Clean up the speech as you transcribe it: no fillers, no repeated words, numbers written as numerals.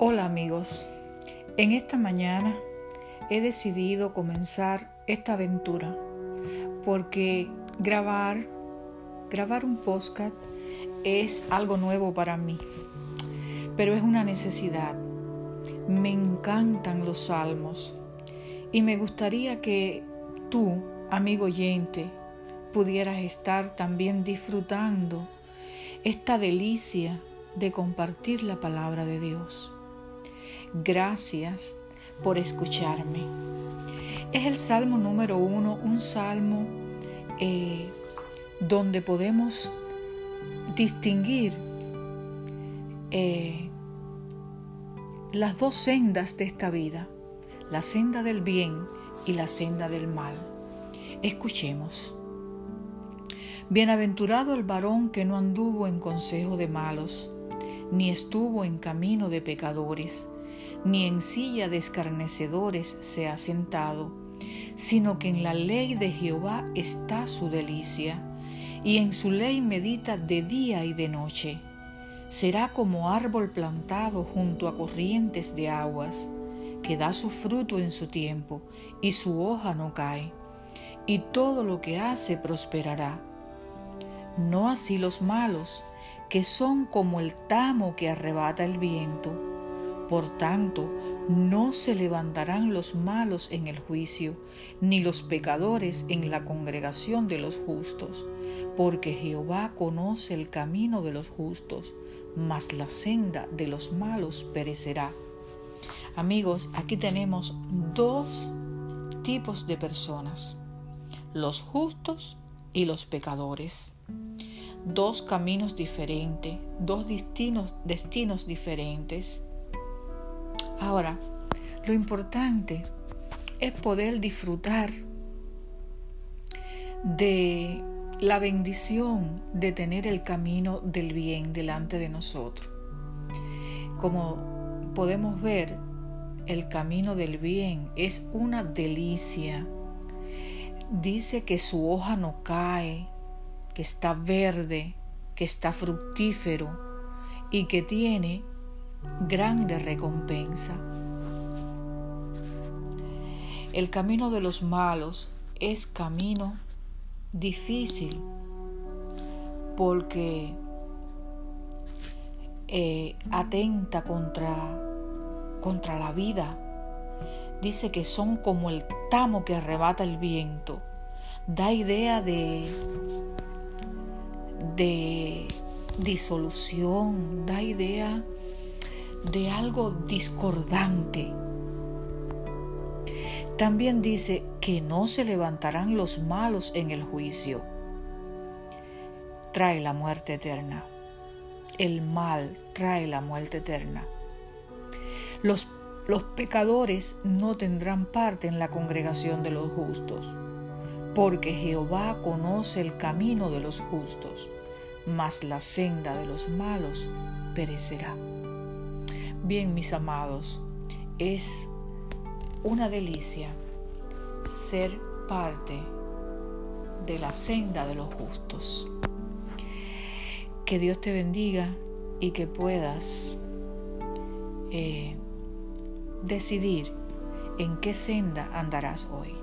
Hola amigos, en esta mañana he decidido comenzar esta aventura porque grabar un podcast es algo nuevo para mí, pero es una necesidad. Me encantan los salmos y me gustaría que tú, amigo oyente, pudieras estar también disfrutando esta delicia de compartir la palabra de Dios. Gracias por escucharme. Es el Salmo número 1, un salmo donde podemos distinguir las dos sendas de esta vida, la senda del bien y la senda del mal. Escuchemos. Bienaventurado el varón que no anduvo en consejo de malos, ni estuvo en camino de pecadores, ni en silla de escarnecedores se ha sentado, sino que en la ley de Jehová está su delicia, y en su ley medita de día y de noche. Será como árbol plantado junto a corrientes de aguas, que da su fruto en su tiempo, y su hoja no cae, y todo lo que hace prosperará. No así los malos, que son como el tamo que arrebata el viento. Por tanto, no se levantarán los malos en el juicio, ni los pecadores en la congregación de los justos, porque Jehová conoce el camino de los justos, mas la senda de los malos perecerá. Amigos, aquí tenemos dos tipos de personas, los justos y los pecadores. Dos caminos diferentes, dos destinos diferentes. Ahora, lo importante es poder disfrutar de la bendición de tener el camino del bien delante de nosotros. Como podemos ver, el camino del bien es una delicia. Dice que su hoja no cae, que está verde, que está fructífero y que tiene grande recompensa. El camino de los malos es camino difícil porque atenta contra la vida. Dice que son como el tamo que arrebata el viento. Da idea de disolución, da idea de algo discordante. También dice que no se levantarán los malos en el juicio. Trae la muerte eterna. El mal trae la muerte eterna. Los pecadores no tendrán parte en la congregación de los justos, porque Jehová conoce el camino de los justos, mas la senda de los malos perecerá. Bien, mis amados, es una delicia ser parte de la senda de los justos. Que Dios te bendiga y que puedas decidir en qué senda andarás hoy.